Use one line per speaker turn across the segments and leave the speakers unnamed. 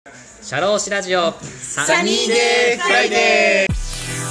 シャローシラジオ
サニーデーフライデー。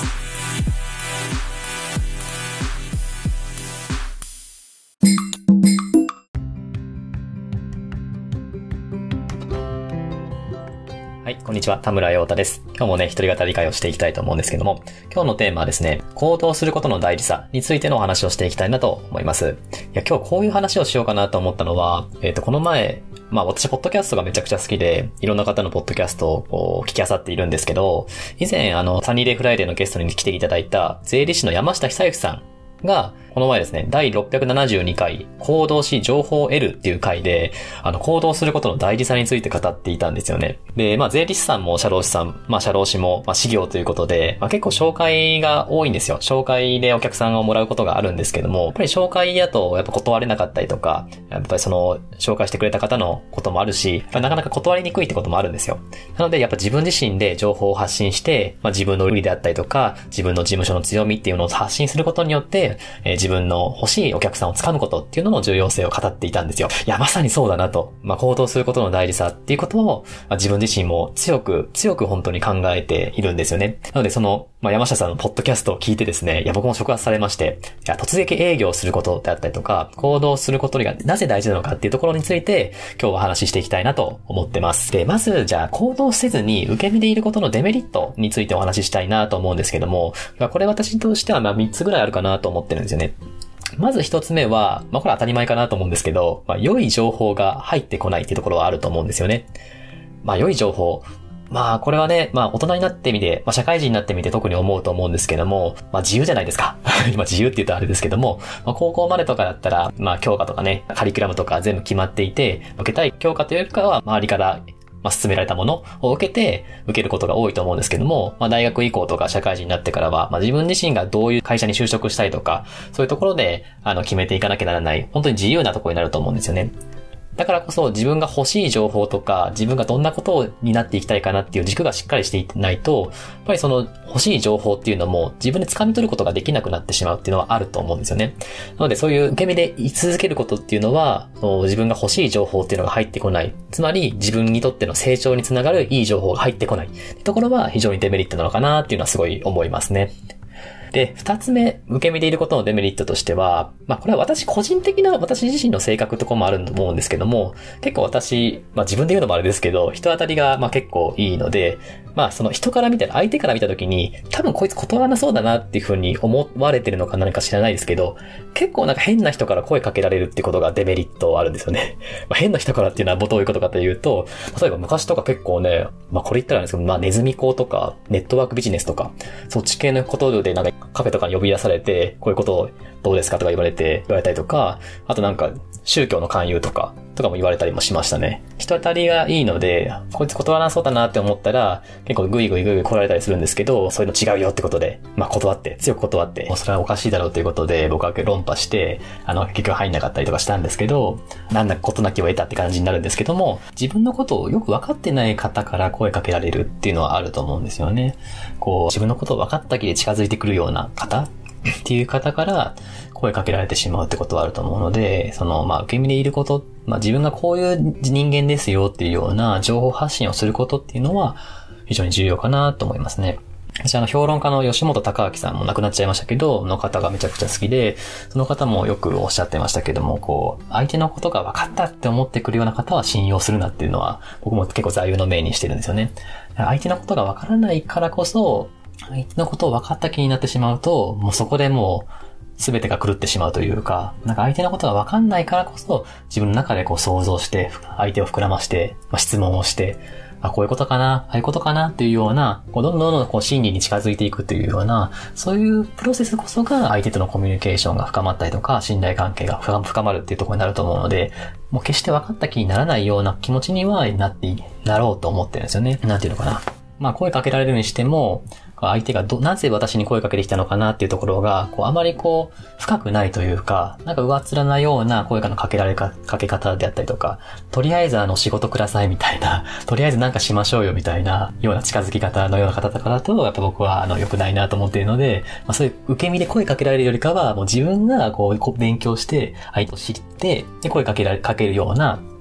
はい、こんにちは、田村陽太です。今日もね、一人語り会をしていきたいと思うんですけども、今日のテーマはですね、行動することの大事さについてのお話をしていきたいなと思います。いや、今日こういう話をしようかなと思ったのは、この前、私、ポッドキャストがめちゃくちゃ好きで、いろんな方のポッドキャストを聞き漁っているんですけど、以前、サニーデイフライデーのゲストに来ていただいた、税理士の山下久之さんが、この前ですね、第672回、行動し情報を得るっていう回で、行動することの大事さについて語っていたんですよね。で、税理士さんも社労士さん、社労士も、事業ということで、結構紹介が多いんですよ。紹介でお客さんをもらうことがあるんですけども、やっぱり紹介だと、やっぱ断れなかったりとか、やっぱり紹介してくれた方のこともあるし、なかなか断りにくいってこともあるんですよ。なので、やっぱ自分自身で情報を発信して、自分の売りであったりとか、自分の事務所の強みっていうのを発信することによって、自分の欲しいお客さんをつかむことっていうのの重要性を語っていたんですよ。いや、まさにそうだなと。行動することの大事さっていうことを、自分自身も強く本当に考えているんですよね。なので、山下さんのポッドキャストを聞いてですね、いや、僕も触発されまして、いや、突撃営業することであったりとか、行動することがなぜ大事なのかっていうところについて、今日は話していきたいなと思ってます。で、まず、じゃあ、行動せずに受け身でいることのデメリットについてお話ししたいなと思うんですけども、これ私としては3つぐらいあるかなと思ってるんですよね。まず一つ目は、これ当たり前かなと思うんですけど、良い情報が入ってこないっていうところはあると思うんですよね。良い情報。これはね、大人になってみて、社会人になってみて特に思うと思うんですけども、自由じゃないですか。今自由って言うとあれですけども、高校までとかだったら、教科とかね、カリキュラムとか全部決まっていて、受けたい教科というよりかは、周りから勧められたものを受けることが多いと思うんですけども、大学以降とか社会人になってからは、自分自身がどういう会社に就職したいとか、そういうところで、決めていかなきゃならない、本当に自由なところになると思うんですよね。だからこそ自分が欲しい情報とか、自分がどんなことになっていきたいかなっていう軸がしっかりしていないと、やっぱり欲しい情報っていうのも自分で掴み取ることができなくなってしまうっていうのはあると思うんですよね。なのでそういう受け身で居続けることっていうのは、自分が欲しい情報っていうのが入ってこない。つまり自分にとっての成長につながるいい情報が入ってこない。ってところは非常にデメリットなのかなっていうのはすごい思いますね。で、二つ目、受け身でいることのデメリットとしては、これは私自身の性格とかもあると思うんですけども、結構私、自分で言うのもあれですけど、人当たりが結構いいので、人から見たら、相手から見たときに、多分こいつ断らなそうだなっていう風に思われてるのか何か知らないですけど、結構変な人から声かけられるってことがデメリットあるんですよね。変な人からっていうのはどういうことかというと、例えば昔とか結構ね、これ言ったらなんですけど、ネズミ講とか、ネットワークビジネスとか、そっち系のことでカフェとかに呼び出されて、こういうことをどうですかとか言われたりとか、あと宗教の勧誘とかも言われたりもしましたね。人当たりがいいので、こいつ断らなそうだなって思ったら、結構グイグイ来られたりするんですけど、そういうの違うよってことで、強く断って、それはおかしいだろうということで、僕は論破して、結局入んなかったりとかしたんですけど、なんだことなきを得たって感じになるんですけども、自分のことをよく分かってない方から声かけられるっていうのはあると思うんですよね。自分のことを分かった気で近づいてくるような方っていう方から声かけられてしまうってことはあると思うので、受け身でいること、自分がこういう人間ですよっていうような情報発信をすることっていうのは非常に重要かなと思いますね。私評論家の吉本隆明さんも亡くなっちゃいましたけど、の方がめちゃくちゃ好きで、その方もよくおっしゃってましたけども、相手のことが分かったって思ってくるような方は信用するなっていうのは、僕も結構座右の銘にしてるんですよね。相手のことが分からないからこそ、相手のことを分かった気になってしまうと、もうそこでもう全てが狂ってしまうというか、相手のことが分かんないからこそ、自分の中で想像して、相手を膨らまして、質問をして、こういうことかな、ああいうことかなっていうような、どんどん真理に近づいていくというような、そういうプロセスこそが相手とのコミュニケーションが深まったりとか、信頼関係が深まるっていうところになると思うので、もう決して分かった気にならないような気持ちにはなろうと思ってるんですよね。なんていうのかな。声かけられるにしても、相手がなぜ私に声かけてきたのかなっていうところが、あまり深くないというか、上っ面なような声のかけ方であったりとか、とりあえず仕事くださいみたいな、とりあえずしましょうよみたいな、ような近づき方のような方とかだと、やっぱ僕は良くないなと思っているので、そういう受け身で声かけられるよりかは、もう自分が勉強して、相手を知って、で声かけるような、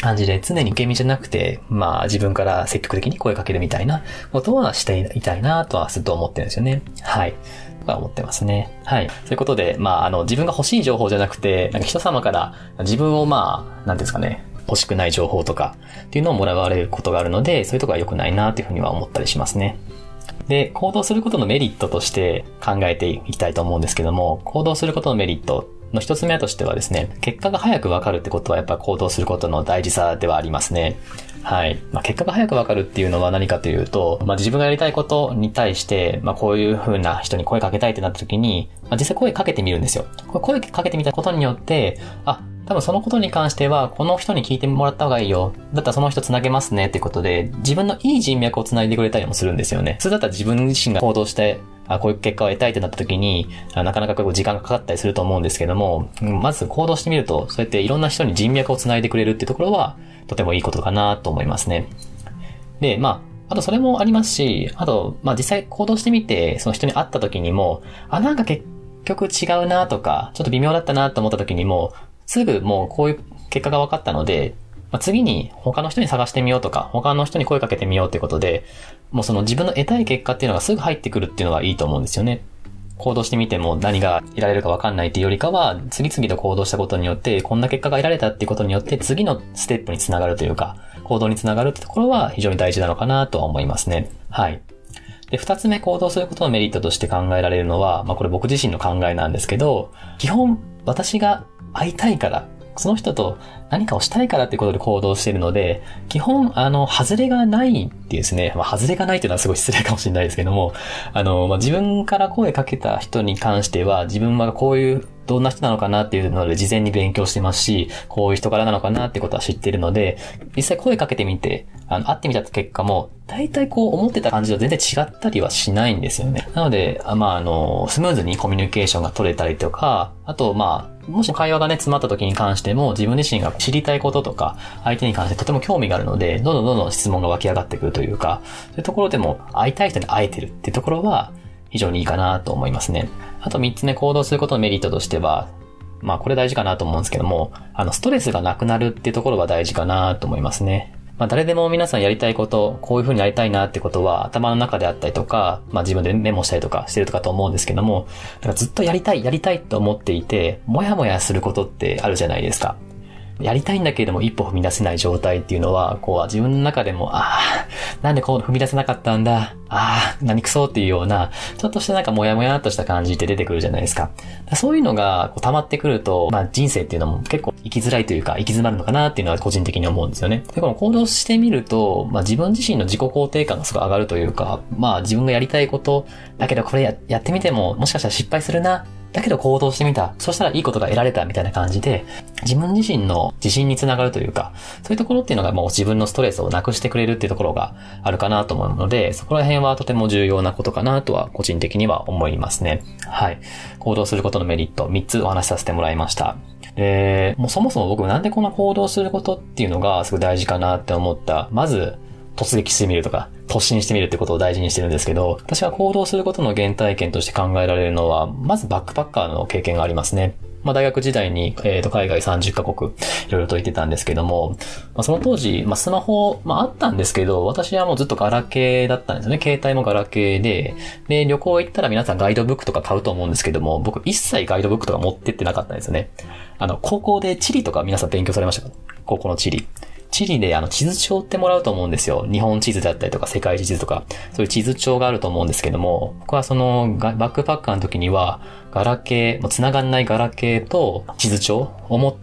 感じで常に受け身じゃなくて、自分から積極的に声かけるみたいなことはしていたいなとはずっと思ってるんですよね。はい。思ってますね。はい。そういうことで、自分が欲しい情報じゃなくて、人様から自分をなんですかね、欲しくない情報とかっていうのをもらわれることがあるので、そういうところは良くないなというふうには思ったりしますね。で、行動することのメリットとして考えていきたいと思うんですけども、行動することのメリットの一つ目としてはですね、結果が早くわかるってことはやっぱ行動することの大事さではありますね。はい。結果が早くわかるっていうのは何かというと、自分がやりたいことに対して、こういう風な人に声かけたいってなった時に、実際声かけてみるんですよ。声かけてみたことによって、多分そのことに関しては、この人に聞いてもらった方がいいよ。だったらその人繋げますねってことで、自分のいい人脈を繋いでくれたりもするんですよね。それだったら自分自身が行動して、こういう結果を得たいってなった時に、なかなか時間がかかったりすると思うんですけども、まず行動してみると、そうやっていろんな人に人脈を繋いでくれるっていうところは、とてもいいことかなと思いますね。で、あとそれもありますし、あと、実際行動してみて、その人に会った時にも、なんか結局違うなとか、ちょっと微妙だったなと思った時にも、すぐもうこういう結果が分かったので、次に他の人に探してみようとか、他の人に声かけてみようってことで、もうその自分の得たい結果っていうのがすぐ入ってくるっていうのはいいと思うんですよね。行動してみても何が得られるか分かんないっていうよりかは、次々と行動したことによって、こんな結果が得られたっていうことによって、次のステップにつながるというか、行動につながるってところは非常に大事なのかなとは思いますね。はい。で、二つ目行動することのメリットとして考えられるのは、これ僕自身の考えなんですけど、基本私が会いたいから、その人と何かをしたいからっていうことで行動しているので、基本、外れがないっていうですね、外れがないっていうのはすごい失礼かもしれないですけども、自分から声かけた人に関しては、自分はこういう、どんな人なのかなっていうので事前に勉強してますし、こういう人柄なのかなってことは知っているので、実際声かけてみて、会ってみた結果も、大体思ってた感じと全然違ったりはしないんですよね。なので、スムーズにコミュニケーションが取れたりとか、あと、もし会話がね、詰まった時に関しても、自分自身が知りたいこととか、相手に関してとても興味があるので、どんどん質問が湧き上がってくるというか、そういうところでも会いたい人に会えてるっていうところは、非常にいいかなと思いますね。あと3つ目、行動することのメリットとしては、これ大事かなと思うんですけども、ストレスがなくなるっていうところが大事かなと思いますね。誰でも皆さんやりたいこと、こういう風にやりたいなってことは頭の中であったりとか、自分でメモしたりとかしてるとかと思うんですけども、だからずっとやりたいと思っていて、もやもやすることってあるじゃないですか。やりたいんだけれども一歩踏み出せない状態っていうのは、自分の中でも、なんで踏み出せなかったんだ、何くそっていうような、ちょっとしたもやもやっとした感じって出てくるじゃないですか。そういうのが溜まってくると、人生っていうのも結構生きづらいというか、行き詰まるのかなっていうのは個人的に思うんですよね。で、この行動してみると、自分自身の自己肯定感がすごい上がるというか、自分がやりたいこと、だけどこれやってみても、もしかしたら失敗するな、だけど行動してみた。そしたらいいことが得られたみたいな感じで、自分自身の自信につながるというか、そういうところっていうのがもう自分のストレスをなくしてくれるっていうところがあるかなと思うので、そこら辺はとても重要なことかなとは個人的には思いますね。はい。行動することのメリット3つお話しさせてもらいました。もうそもそも僕なんでこの行動することっていうのがすごい大事かなって思った。まず、突撃してみるとか、突進してみるってことを大事にしてるんですけど、私は行動することの原体験として考えられるのは、まずバックパッカーの経験がありますね。大学時代に、海外30カ国、いろいろと行ってたんですけども、その当時、スマホ、あったんですけど、私はもうずっとガラケーだったんですよね。携帯もガラケーで、旅行行ったら皆さんガイドブックとか買うと思うんですけども、僕一切ガイドブックとか持ってってなかったんですよね。高校で地理とか皆さん勉強されましたか？高校の地理。地理で地図帳ってもらうと思うんですよ。日本地図だったりとか世界地図とか、そういう地図帳があると思うんですけども、僕はそのバックパッカーの時には、ガラケー、もう繋がんないガラケーと地図帳を持って、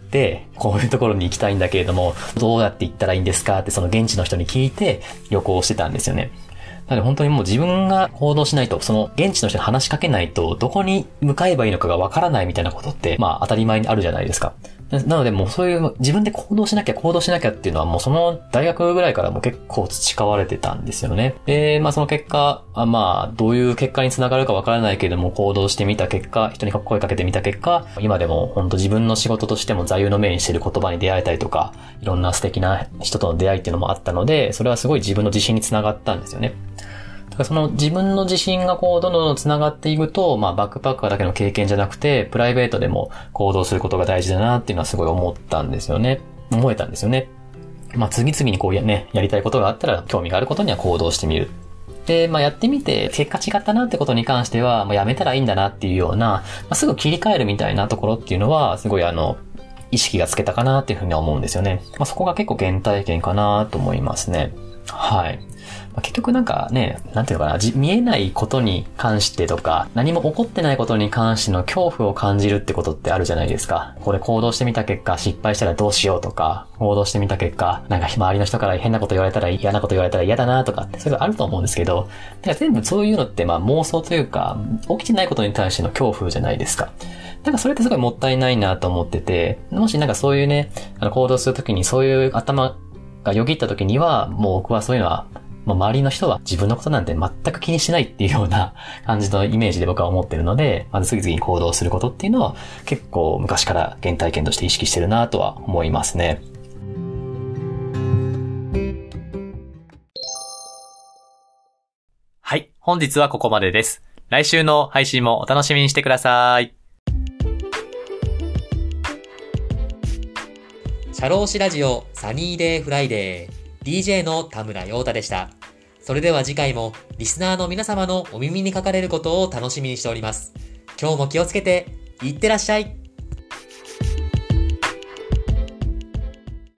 こういうところに行きたいんだけれども、どうやって行ったらいいんですかってその現地の人に聞いて旅行してたんですよね。なので本当にもう自分が行動しないと、その現地の人に話しかけないと、どこに向かえばいいのかがわからないみたいなことって、当たり前にあるじゃないですか。なのでもうそういう自分で行動しなきゃっていうのはもうその大学ぐらいからも結構培われてたんですよね。で、その結果、どういう結果につながるかわからないけれども行動してみた結果、人に声かけてみた結果、今でも本当自分の仕事としても座右の銘にしている言葉に出会えたりとか、いろんな素敵な人との出会いっていうのもあったので、それはすごい自分の自信につながったんですよね。だからその自分の自信がどんどん繋がっていくと、バックパッカーだけの経験じゃなくて、プライベートでも行動することが大事だなっていうのはすごい思えたんですよね。 次々にやりたいことがあったら、興味があることには行動してみる。で、やってみて、結果違ったなってことに関しては、もうやめたらいいんだなっていうような、すぐ切り替えるみたいなところっていうのは、すごい意識がつけたかなっていうふうには思うんですよね。そこが結構原体験かなと思いますね。はい。結局なんていうのかな、見えないことに関してとか、何も起こってないことに関しての恐怖を感じるってことってあるじゃないですか。これ行動してみた結果、失敗したらどうしようとか、行動してみた結果、周りの人から変なこと言われたら嫌なこと言われたら嫌だなとかって、そういうのあると思うんですけど、全部そういうのって妄想というか、起きてないことに対しての恐怖じゃないですか。それってすごいもったいないなと思ってて、もしそういう行動するときにそういう頭がよぎったときには、もう僕はそういうのは、周りの人は自分のことなんて全く気にしないっていうような感じのイメージで僕は思ってるので、次々に行動することっていうのは結構昔から原体験として意識してるなとは思いますね。はい、本日はここまでです。来週の配信もお楽しみにしてください。
社労士ラジオサニーデイフライデー。DJ の田村陽太でした。それでは次回もリスナーの皆様のお耳にかかれることを楽しみにしております。今日も気をつけていってらっしゃい。